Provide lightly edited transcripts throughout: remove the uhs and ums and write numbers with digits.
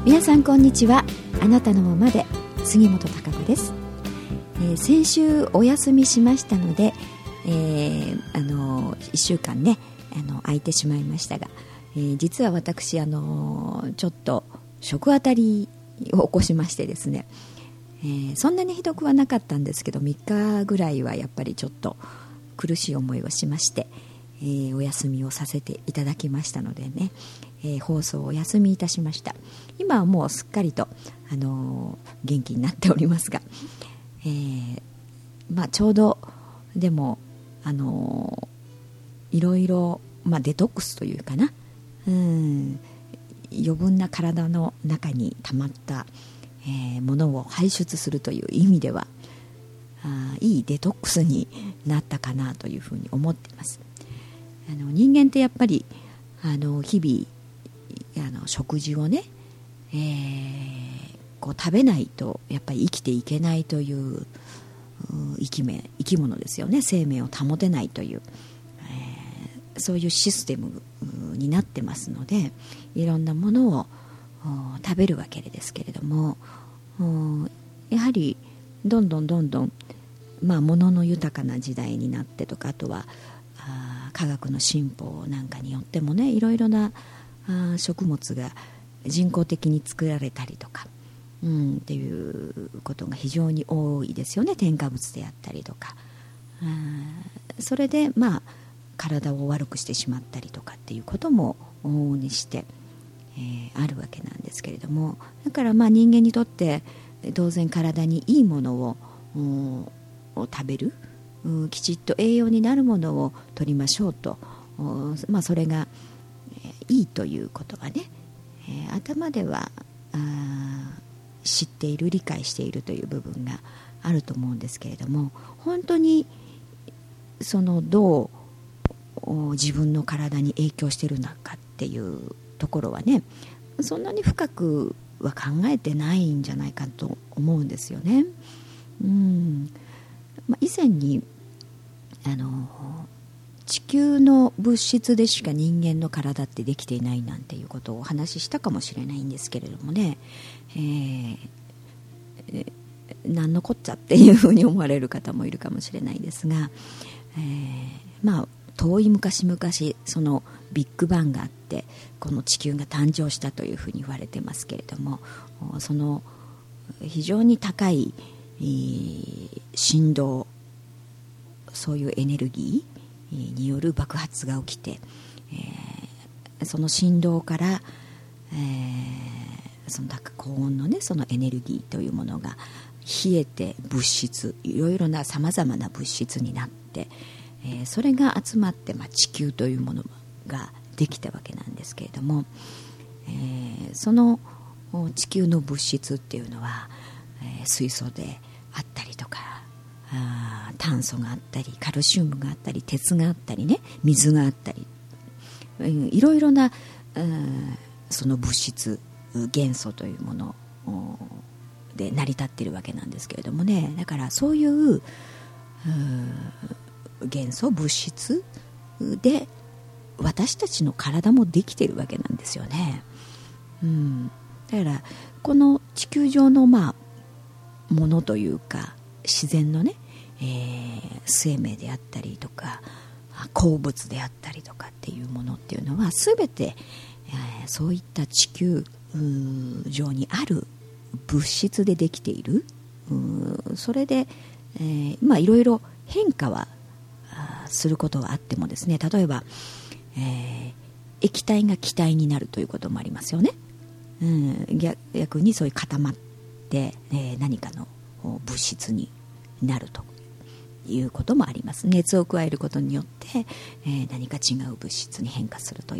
皆さんこんにちは。あなたのままで杉本孝子です。先週お休みしましたので、1週間ね空いてしまいましたが、実は私ちょっと食あたりを起こしましてですね、そんなにひどくはなかったんですけど3日ぐらいはやっぱりちょっと苦しい思いをしまして、お休みをさせていただきましたのでね、放送をお休みいたしました。今はもうすっかりと、元気になっておりますが、ちょうどでもいろいろ、デトックスというかな、余分な体の中に溜まった、ものを排出するという意味ではいいデトックスになったかなというふうに思っています。人間ってやっぱり日々食事をね、こう食べないとやっぱり生きていけないという生き物ですよね。生命を保てないという、そういうシステムになってますので、いろんなものを食べるわけですけれども、やはりどんどん、物の豊かな時代になってとか、あとは科学の進歩なんかによってもね、いろいろな食物が人工的に作られたりとか、っていうことが非常に多いですよね。添加物であったりとか、それで体を悪くしてしまったりとかっていうことも往々にして、あるわけなんですけれども、だから人間にとって当然体にいいものを食べる、きちっと栄養になるものを取りましょうと、それがいいということはね、頭では知っている、理解しているという部分があると思うんですけれども、本当にどう自分の体に影響しているのかっていうところはね、そんなに深くは考えてないんじゃないかと思うんですよね。以前に地球の物質でしか人間の体ってできていないなんていうことをお話ししたかもしれないんですけれどもね、何のこっちゃっていうふうに思われる方もいるかもしれないですが、遠い昔々そのビッグバンがあってこの地球が誕生したというふうに言われてますけれども、その非常に高い振動、そういうエネルギーによる爆発が起きて、その振動から、その高温のね、そのエネルギーというものが冷えて物質、いろいろなさまざまな物質になって、それが集まって、地球というものができたわけなんですけれども、その地球の物質っていうのは、水素であったりとか、炭素があったり、カルシウムがあったり、鉄があったりね、水があったり、いろいろな、その物質、元素というもので成り立っているわけなんですけれどもね。だからそういう元素、物質で私たちの体もできているわけなんですよね。だからこの地球上のものというか自然のね、生命であったりとか鉱物であったりとかっていうものっていうのは全て、そういった地球上にある物質でできている。それで、いろいろ変化はすることはあってもですね、例えば、液体が気体になるということもありますよね。逆にそういう固まって、何かの物質になるということもあります。熱を加えることによって、何か違う物質に変化するという、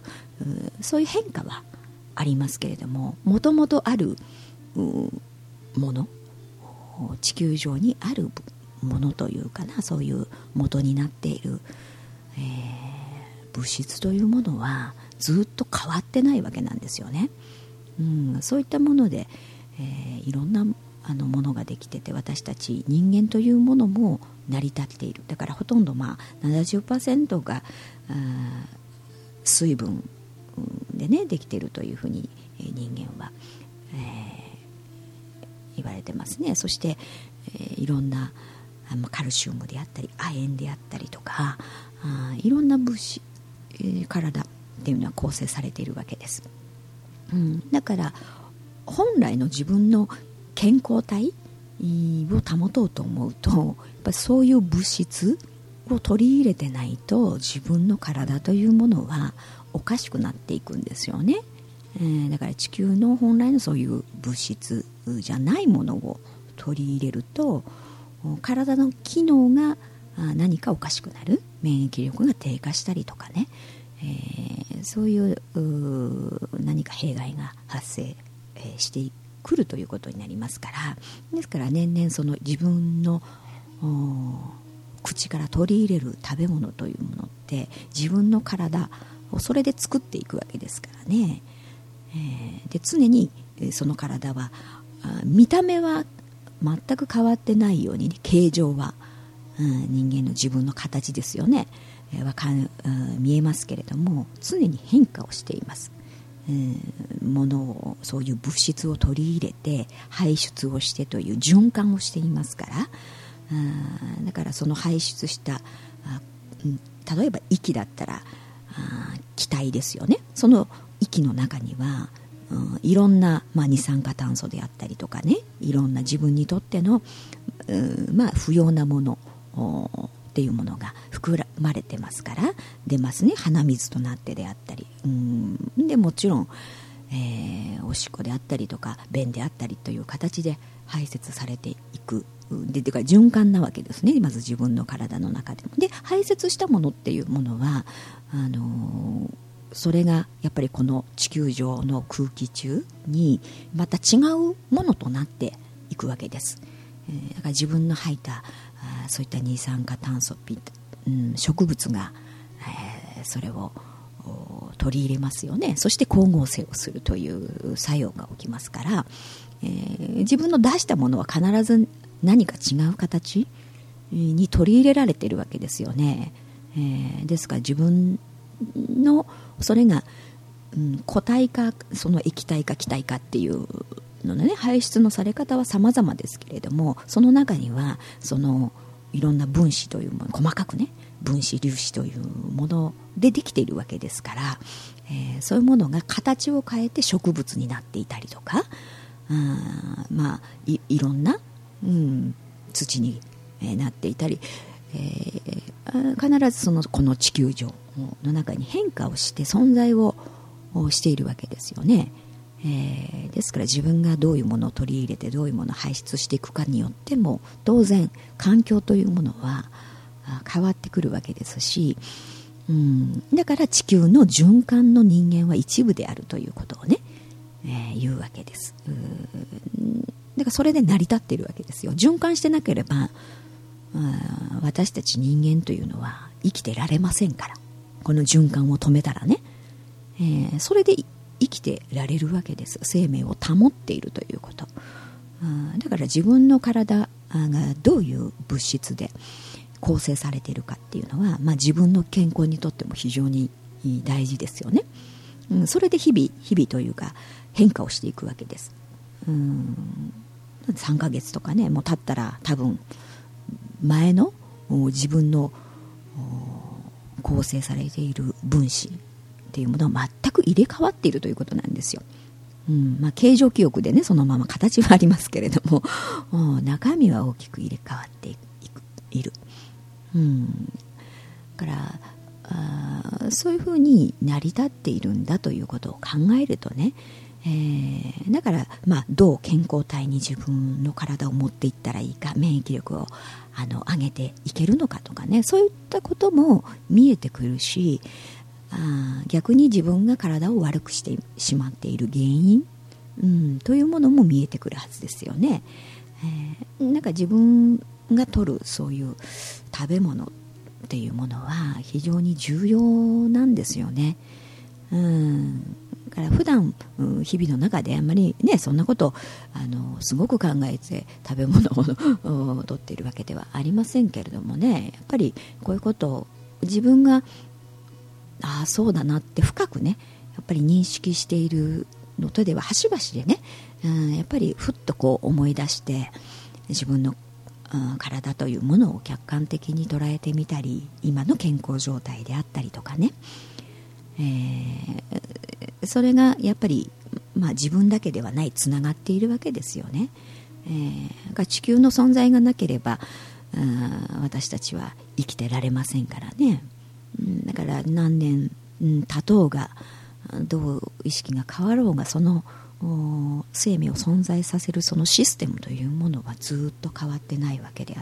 そういう変化はありますけれども、もともとあるもの、地球上にあるものというかな、そういう元になっている、物質というものはずっと変わってないわけなんですよね。そういったもので、いろんなものができてて、私たち人間というものも成り立っている。だからほとんど70% が水分でねできているというふうに人間は、言われてますね。そして、いろんなカルシウムであったり亜鉛であったりとかいろんな物質、体っていうのは構成されているわけです、だから本来の自分の健康体を保とうと思うとやっぱりそういう物質を取り入れてないと自分の体というものはおかしくなっていくんですよね、だから地球の本来のそういう物質じゃないものを取り入れると体の機能が何かおかしくなる、免疫力が低下したりとかね、そういう何か弊害が発生してくるということになりますから、ですから年々その自分の口から取り入れる食べ物というものって自分の体をそれで作っていくわけですからね、で常にその体は見た目は全く変わってないように、ね、形状は、人間の自分の形ですよね、見えますけれども常に変化をしています、ものをそういう物質を取り入れて排出をしてという循環をしていますから、だからその排出した例えば息だったら気体ですよね。その息の中にはいろんな、二酸化炭素であったりとかね、いろんな自分にとっての、不要なものっていうものが含まれてますから出ますね。鼻水となってであったり、でもちろん、おしっこであったりとか便であったりという形で排泄されていくでか循環なわけですね。まず自分の体の中でもで排泄したものっていうものはそれがやっぱりこの地球上の空気中にまた違うものとなっていくわけです、だから自分の吐いたそういった二酸化炭素、植物が、それを取り入れますよね。そして光合成をするという作用が起きますから、自分の出したものは必ず何か違う形に取り入れられているわけですよね、ですから自分のそれが、固体かその液体か気体かっていうのね、排出のされ方は様々ですけれども、その中にはそのいろんな分子というもの、細かくね分子粒子というものでできているわけですから、そういうものが形を変えて植物になっていたりとか、いろんな、土になっていたり、必ずこの地球上の中に変化をして存在をしているわけですよね、ですから自分がどういうものを取り入れてどういうものを排出していくかによっても当然環境というものは変わってくるわけですし、だから地球の循環の人間は一部であるということをね、言うわけです。だからそれで成り立っているわけですよ。循環してなければ私たち人間というのは生きてられませんから、この循環を止めたらね、それで生きてられるわけです。生命を保っているということ、だから自分の体がどういう物質で構成されているかっていうのは、自分の健康にとっても非常に大事ですよね、それで日々というか変化をしていくわけです。3ヶ月とかねもう経ったら多分前の自分の構成されている分子っていうものは全く入れ替わっているということなんですよ。形状記憶でねそのまま形はありますけれども中身は大きく入れ替わっている。だからそういうふうに成り立っているんだということを考えるとね、だからどう健康体に自分の体を持っていったらいいか、免疫力を上げていけるのかとかね、そういったことも見えてくるし、逆に自分が体を悪くしてしまっている原因、というものも見えてくるはずですよね。なんか自分が取るそういう食べ物っていうものは非常に重要なんですよね。だから普段日々の中であんまりねそんなことすごく考えて食べ物を取っているわけではありませんけれどもね、やっぱりこういうことを自分がそうだなって深くねやっぱり認識しているのとでは端々でね、やっぱりふっとこう思い出して自分の体というものを客観的に捉えてみたり、今の健康状態であったりとかね、それがやっぱり、自分だけではない、つながっているわけですよね。地球の存在がなければ私たちは生きてられませんからね。だから何年経とうが、どう意識が変わろうが、その生命を存在させるそのシステムというものはずっと変わってないわけであって、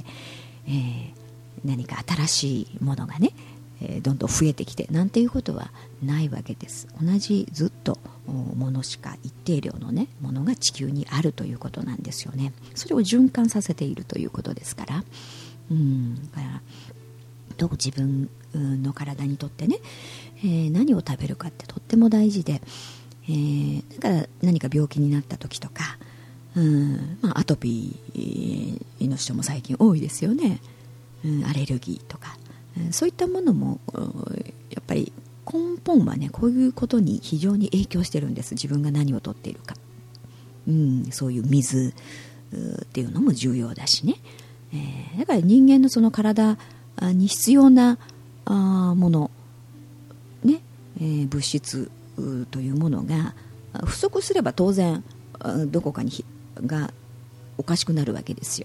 何か新しいものがね、どんどん増えてきてなんていうことはないわけです。同じずっとものしか、一定量のねものが地球にあるということなんですよね。それを循環させているということですから、だからどう自分の体にとってね、何を食べるかってとっても大事で、だから何か病気になった時とか、アトピーの人も最近多いですよね。アレルギーとか、そういったものもやっぱり根本はね、こういうことに非常に影響してるんです。自分が何をとっているか、そういう水っていうのも重要だしね、だから人間のその体に必要なものね、物質というものが不足すれば当然どこかにがおかしくなるわけですよ。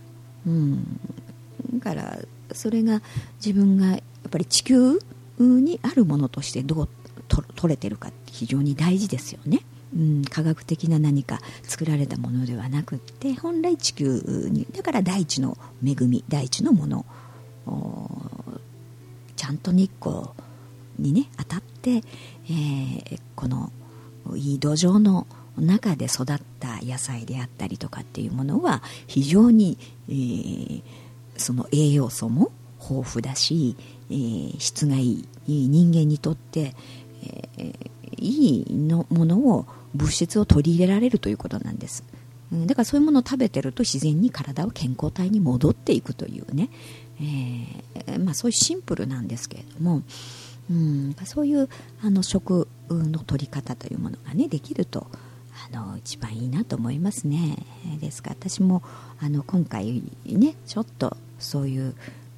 だからそれが自分がやっぱり地球にあるものとしてどう取れてるかって非常に大事ですよね。科学的な何か作られたものではなくって、本来地球に、だから大地の恵み、大地のものちゃんと日光にね当たって、このいい土壌の中で育った野菜であったりとかっていうものは非常に、その栄養素も豊富だし、質がいい人間にとって、いいのものを物質を取り入れられるということなんです。だからそういうものを食べてると自然に体は健康体に戻っていくというね、そういうシンプルなんですけれども、そういう食の取り方というものがねできると一番いいなと思いますね。ですから私も今回ねちょっとそういう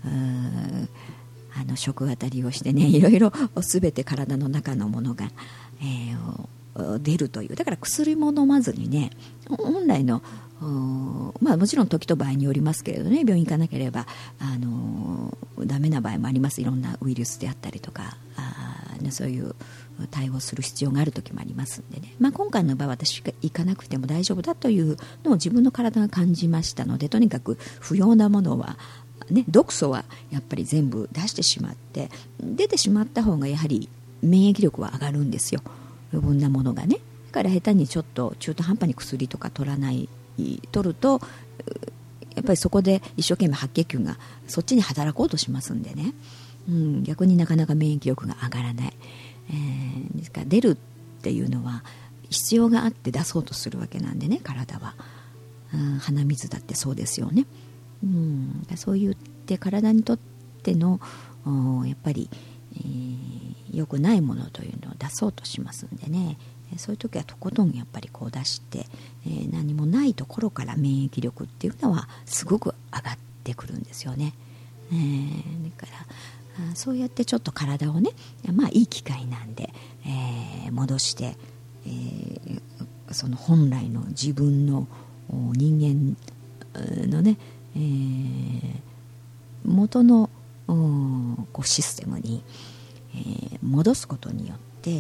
食あたりをしてね、いろいろ全て体の中のものが、出るという。だから薬も飲まずにね、本来のもちろん時と場合によりますけれどね、病院行かなければダメな場合もあります。いろんなウイルスであったりとかそういう対応する必要がある時もありますんでね、今回の場合私が行かなくても大丈夫だというのを自分の体が感じましたので、とにかく不要なものはね、毒素はやっぱり全部出してしまって、出てしまった方がやはり免疫力は上がるんですよ、余分なものがね。だから下手にちょっと中途半端に薬とか取るとやっぱりそこで一生懸命白血球がそっちに働こうとしますんでね、逆になかなか免疫力が上がらない、ですから出るっていうのは必要があって出そうとするわけなんでね、体は、鼻水だってそうですよね。そう言って体にとってのやっぱり、良くないものというのを出そうとしますんでね、そういう時はとことんやっぱりこう出して、何もないところから免疫力っていうのはすごく上がってくるんですよね。だからそうやってちょっと体をね、いい機会なんで、戻して、その本来の自分の人間のね、元のシステムに、戻すことによって、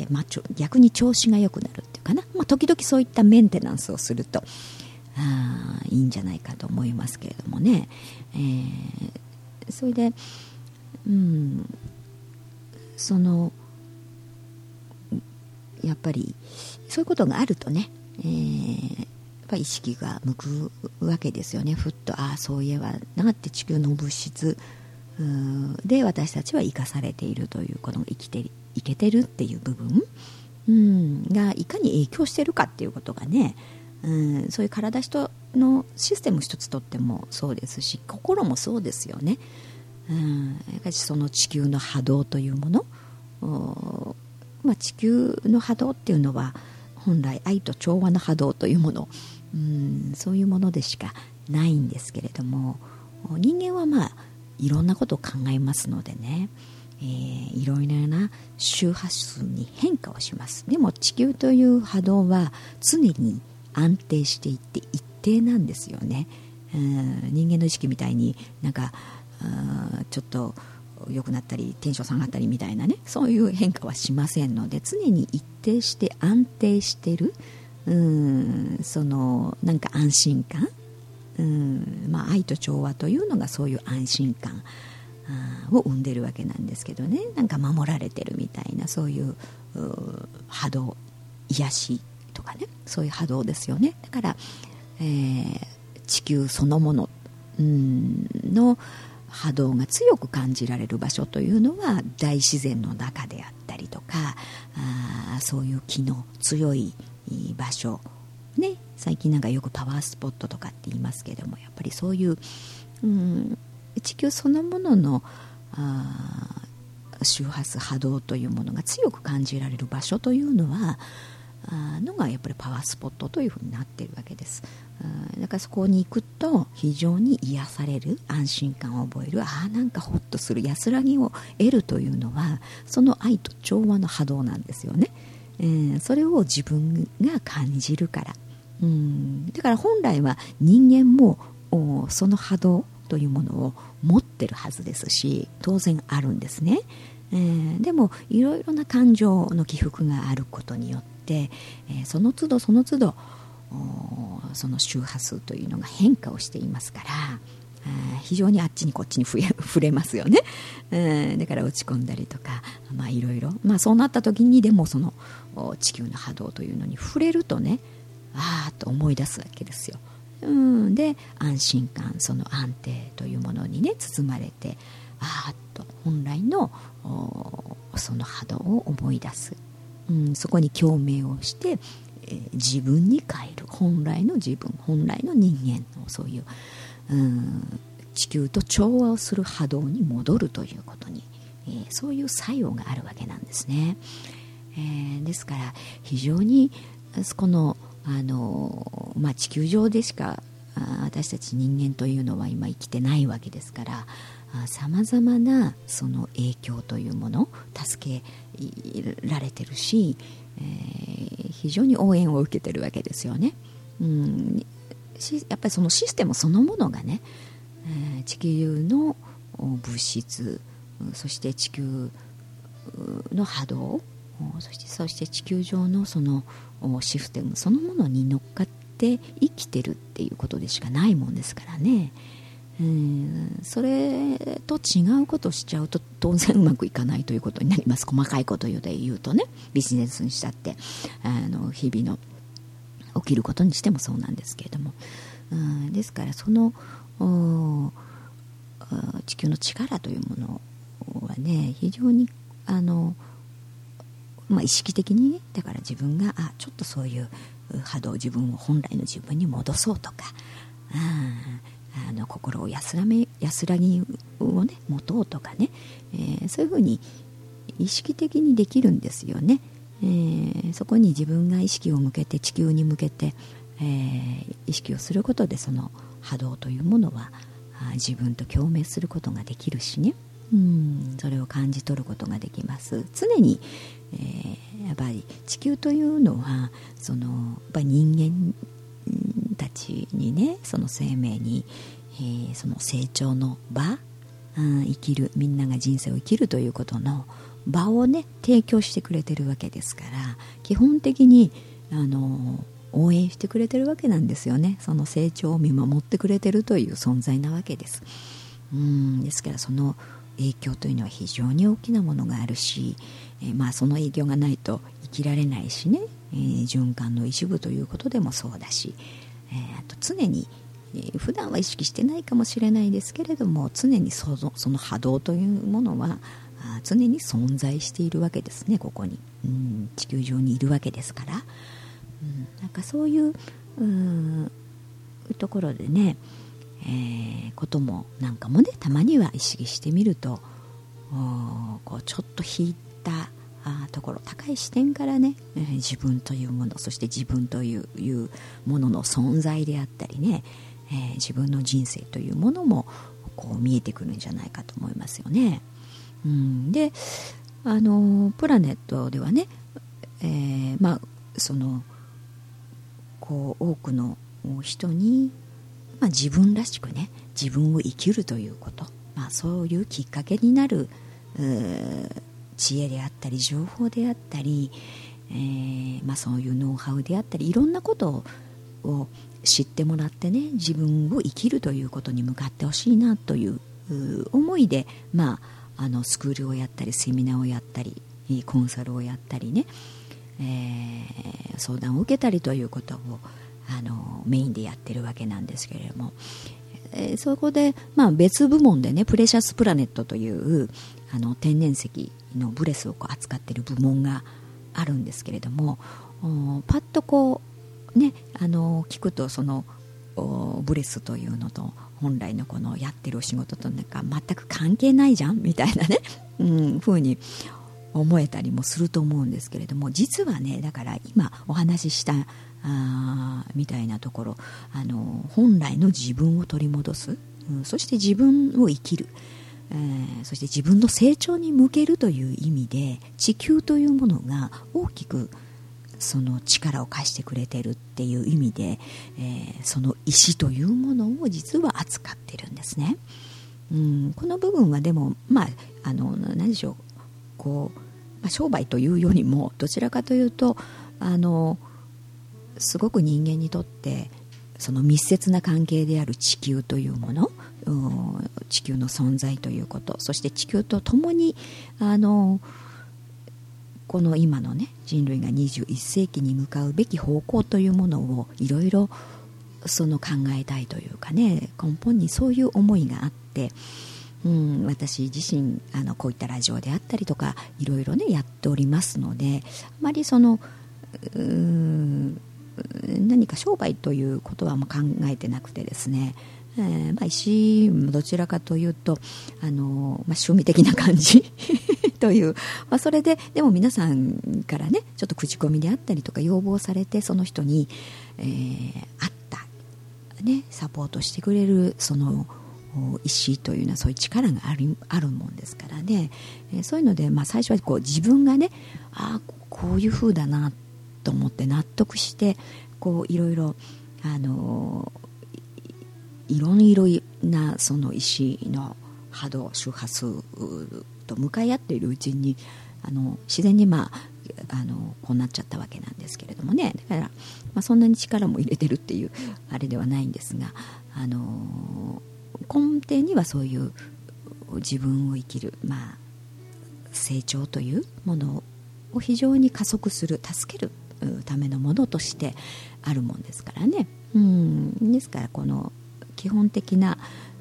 逆に調子が良くなるっていうかな、時々そういったメンテナンスをするといいんじゃないかと思いますけれどもね、それで、そのやっぱりそういうことがあるとね、やっぱり意識が向くわけですよね。ふっとそういえばなって地球の物質で私たちは生かされているという、この生きていけてるっていう部分、がいかに影響しているかっていうことがね、そういう体人のシステム一つとってもそうですし、心もそうですよね。やっぱりその地球の波動というもの地球の波動っていうのは本来愛と調和の波動というもの、そういうものでしかないんですけれども、人間はいろんなことを考えますのでね、いろいろな周波数に変化をします。でも地球という波動は常に安定していって一定なんですよね。人間の意識みたいになんかちょっと良くなったりテンション下がったりみたいなね、そういう変化はしませんので、常に一定して安定してる、そのなんか安心感、愛と調和というのがそういう安心感を生んでるわけなんですけどね、なんか守られてるみたいな、そういう波動、癒しとかね、そういう波動ですよね。だから、地球そのものの波動が強く感じられる場所というのは大自然の中であったりとか、そういう気の強い場所ね、最近なんかよくパワースポットとかって言いますけども、やっぱりそういう、地球そのものの周波数波動というものが強く感じられる場所というのはのがやっぱりパワースポットというふうになっているわけです。だからそこに行くと非常に癒される、安心感を覚える、なんかホッとする、安らぎを得るというのはその愛と調和の波動なんですよね。それを自分が感じるから、だから本来は人間もその波動というものを持ってるはずですし、当然あるんですね。でもいろいろな感情の起伏があることによって、その都度その都度その周波数というのが変化をしていますから、非常にあっちにこっちに触れますよね。だから落ち込んだりとか、いろいろ、そうなった時にでもその地球の波動というのに触れるとね、と思い出すわけですよ。で安心感、その安定というものにね包まれて、と本来のその波動を思い出す、そこに共鳴をして、自分に変える、本来の自分、本来の人間のそういう、地球と調和をする波動に戻るということに、そういう作用があるわけなんですね。ですから非常にこの地球上でしか私たち人間というのは今生きてないわけですから、さまざまなその影響というものを助けられてるし、非常に応援を受けてるわけですよね。やっぱりそのシステムそのものがね、地球の物質、そして地球の波動、そして地球上のそのシステムそのものに乗っかって生きてるっていうことでしかないもんですからね。それと違うことをしちゃうと当然うまくいかないということになります。細かいことで言うとね、ビジネスにしたって日々の起きることにしてもそうなんですけれども、ですからその地球の力というものはね、非常に意識的にね、だから自分がちょっとそういう波動、自分を本来の自分に戻そうとか、心を安らぎをね持とうとかね、そういうふうに意識的にできるんですよね。そこに自分が意識を向けて、地球に向けて、意識をすることでその波動というものは自分と共鳴することができるしね、それを感じ取ることができます。常に、やっぱり地球というのはそのやっぱり人間たちにね、その生命に、その成長の場、生きる、みんなが人生を生きるということの場をね提供してくれてるわけですから、基本的に応援してくれてるわけなんですよね。その成長を見守ってくれてるという存在なわけです。ですからその影響というのは非常に大きなものがあるし、その影響がないと生きられないしね、循環の一部ということでもそうだし、あと常に、普段は意識してないかもしれないですけれども、常にその波動というものは常に存在しているわけですね。ここに、地球上にいるわけですから、なんかそういうところでね、こともなんかもね、たまには意識してみると、こうちょっと引いたところ、高い視点からね、自分というもの、そして自分というものの存在であったりね、自分の人生というものもこう見えてくるんじゃないかと思いますよね。でプラネットではね、そのこう多くの人に、自分らしくね、自分を生きるということ、そういうきっかけになる知恵であったり情報であったり、そういうノウハウであったり、いろんなことを知ってもらってね、自分を生きるということに向かってほしいなという思いで、スクールをやったりセミナーをやったりコンサルをやったりね、相談を受けたりということをメインでやってるわけなんですけれども、そこで、別部門でね、プレシャスプラネットという天然石のブレスを扱っている部門があるんですけれども、パッとこうね、聞くとそのブレスというのと本来のこのやってるお仕事となんか全く関係ないじゃんみたいなね、風に思えたりもすると思うんですけれども、実はね、だから今お話ししたみたいなところ、本来の自分を取り戻す、そして自分を生きる、そして自分の成長に向けるという意味で、地球というものが大きくその力を貸してくれているっていう意味で、その石というものを実は扱ってるんですね。この部分はでも何でしょう、こう、商売というよりもどちらかというとすごく人間にとってその密接な関係である地球というもの、地球の存在ということ、そして地球とともにこの今のね、人類が21世紀に向かうべき方向というものをいろいろその考えたいというかね、根本にそういう思いがあって、私自身こういったラジオであったりとかいろいろねやっておりますので、あまりその何か商売ということは考えてなくてですね、石もどちらかというと趣味的な感じという、それででも皆さんからねちょっと口コミであったりとか要望されて、その人に、合った、ね、サポートしてくれるその石というのはそういう力があるもんですからね、そういうので、最初はこう自分がね、こういう風だなと思って納得して、こういろいろいろいろなその石の波動周波数と向かい合っているうちに自然にこうなっちゃったわけなんですけれどもね。だから、そんなに力も入れてるっていうあれではないんですが、根底にはそういう自分を生きる、成長というものを非常に加速する、助けるためのものとしてあるもんですからね。ですからこの基本的な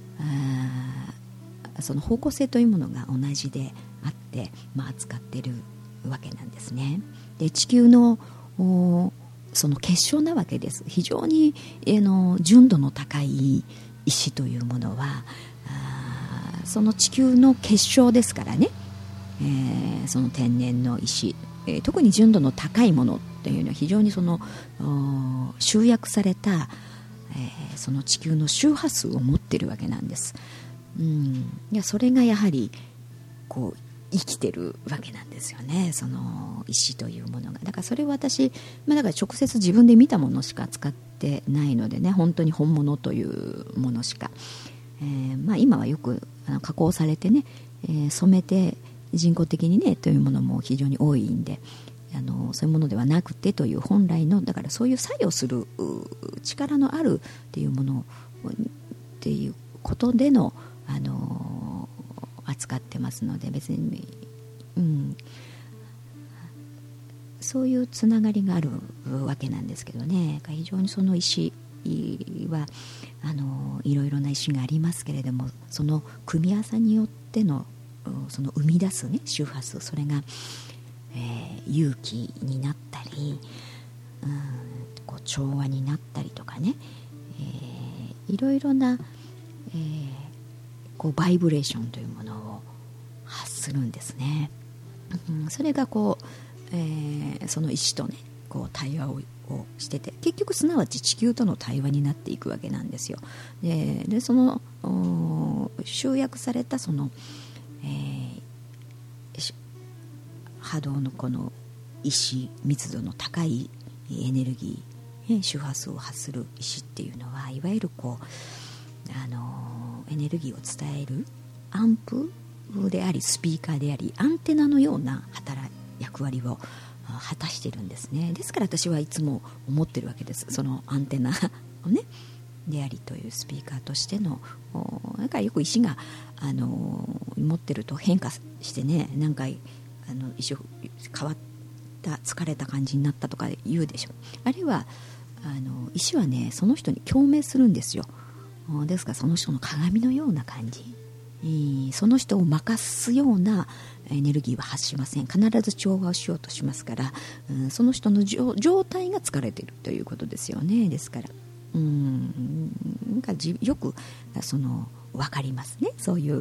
その方向性というものが同じであって、扱っているわけなんですね。で、地球のその結晶なわけです。非常に純度の高い石というものはその地球の結晶ですからね、その天然の石、特に純度の高いものっていうのは非常にその集約された、その地球の周波数を持っているわけなんです。いや、それがやはりこう生きてるわけなんですよね、その石というものが。だからそれを私、だから直接自分で見たものしか使ってないのでね、本当に本物というものしか、今はよく加工されてね、染めて人工的にねというものも非常に多いんで、そういうものではなくてという本来の、だからそういう作用する力のあるっていうものっていうことでの扱ってますので、別に、そういうつながりがあるわけなんですけどね。非常にその石はいろいろな石がありますけれども、その組み合わせによってのその生み出すね周波数、それが、勇気になったり、こう調和になったりとかね、いろいろな、こうバイブレーションというものを発するんですね。 それがこう、その石とねこう対話をしてて、結局すなわち地球との対話になっていくわけなんですよ。でその集約されたその、波動のこの石、密度の高いエネルギー、周波数を発する石っていうのは、いわゆるこうエネルギーを伝えるアンプであり、スピーカーであり、アンテナのような役割を果たしているんですね。ですから私はいつも思ってるわけです。そのアンテナをねでありというスピーカーとしての、なんかよく石が持ってると変化してね、なんか石変わった疲れた感じになったとか言うでしょ。あるいは石はねその人に共鳴するんですよ。ですからその人の鏡のような感じ、その人を任すようなエネルギーは発しません。必ず調和をしようとしますから、その人の状態が疲れているということですよね。ですからなんかよく分かりますね。そういう、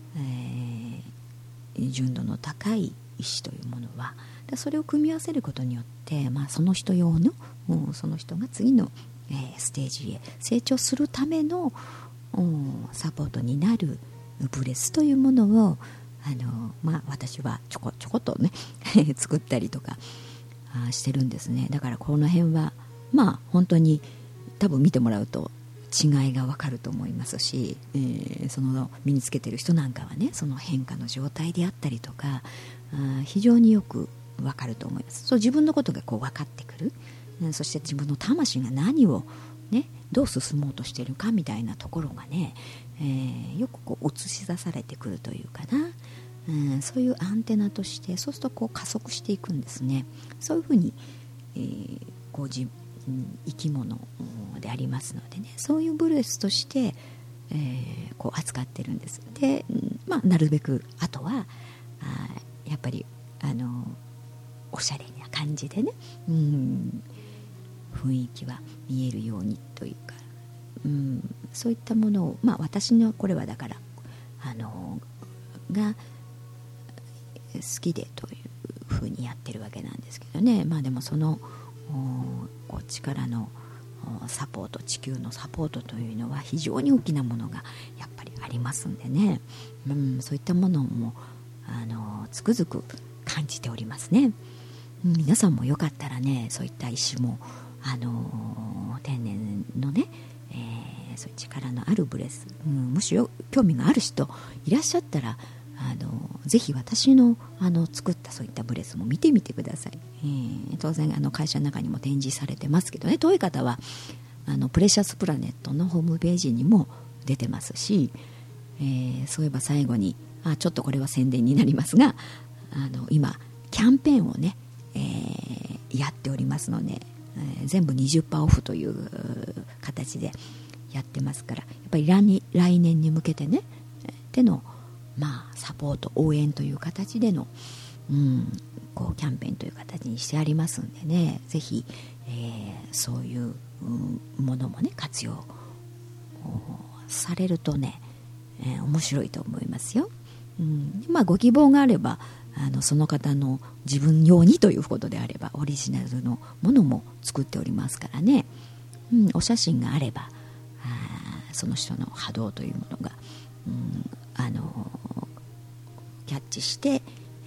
純度の高い石というものは、それを組み合わせることによって、その人用の、その人が次の、ステージへ成長するためのサポートになるブレスというものを私はちょこっとね作ったりとかしてるんですね。だからこの辺は本当に多分見てもらうと違いが分かると思いますし、その身につけてる人なんかはね、その変化の状態であったりとか非常によく分かると思います。そう自分のことがこう分かってくる、そして自分の魂が何をねどう進もうとしているかみたいなところがね、よくこう映し出されてくるというかな、そういうアンテナとして、そうするとこう加速していくんですね。そういうふうに、こう生き物でありますのでね、そういうブレスとして、こう扱ってるんです。で、なるべくあとはやっぱりおしゃれな感じでね、雰囲気は見えるようにというか、そういったものを、私のこれはだからが好きでというふうにやってるわけなんですけどね。でもそのこう力のサポート、地球のサポートというのは非常に大きなものがやっぱりありますんでね、そういったものもつくづく感じておりますね。皆さんもよかったらね、そういった石も天然のね、そういう力のあるブレス、もし興味がある人いらっしゃったらぜひ私の作ったそういったブレスも見てみてください。当然会社の中にも展示されてますけどね、遠い方はプレシャスプラネットのホームページにも出てますし、そういえば最後にちょっとこれは宣伝になりますが、今キャンペーンをね、やっておりますので、全部 20% オフという形でやってますから、やっぱり来年に向けてねでのサポート応援という形での、こうキャンペーンという形にしてありますんでね、ぜひ、そういうものもね活用されるとね、面白いと思いますよ。ご希望があればその方の自分用にということであればオリジナルのものも作っておりますからね、お写真があればその人の波動というものが、キャッチして、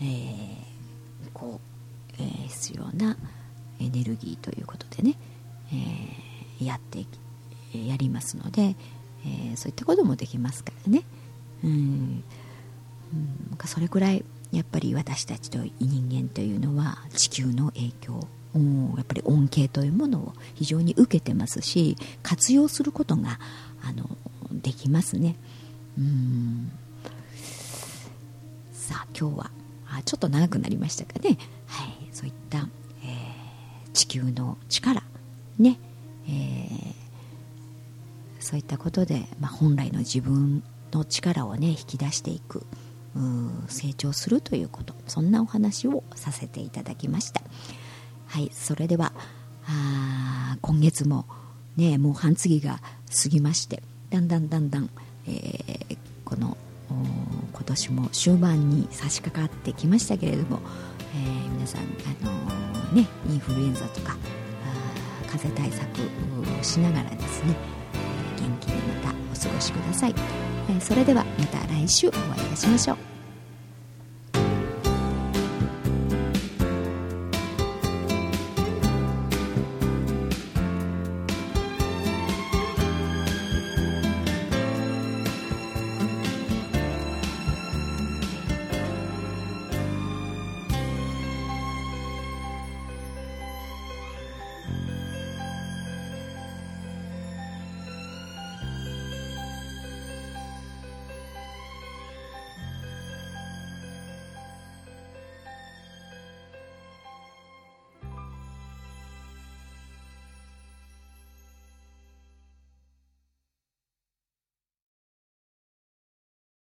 必要なエネルギーということでね、やりますので、そういったこともできますからね。それくらいやっぱり私たちと人間というのは地球の影響、やっぱり恩恵というものを非常に受けてますし、活用することができますね。さあ今日はちょっと長くなりましたかね。そういった、地球の力ね、そういったことで、本来の自分の力をね引き出していく、成長するということ、そんなお話をさせていただきました。それでは今月もねもう半月が過ぎまして、だんだん、この今年も終盤に差し掛かってきましたけれども、皆さん、インフルエンザとか風邪対策をしながらですね、元気にまたお過ごしください。それではまた来週お会いいたしましょう。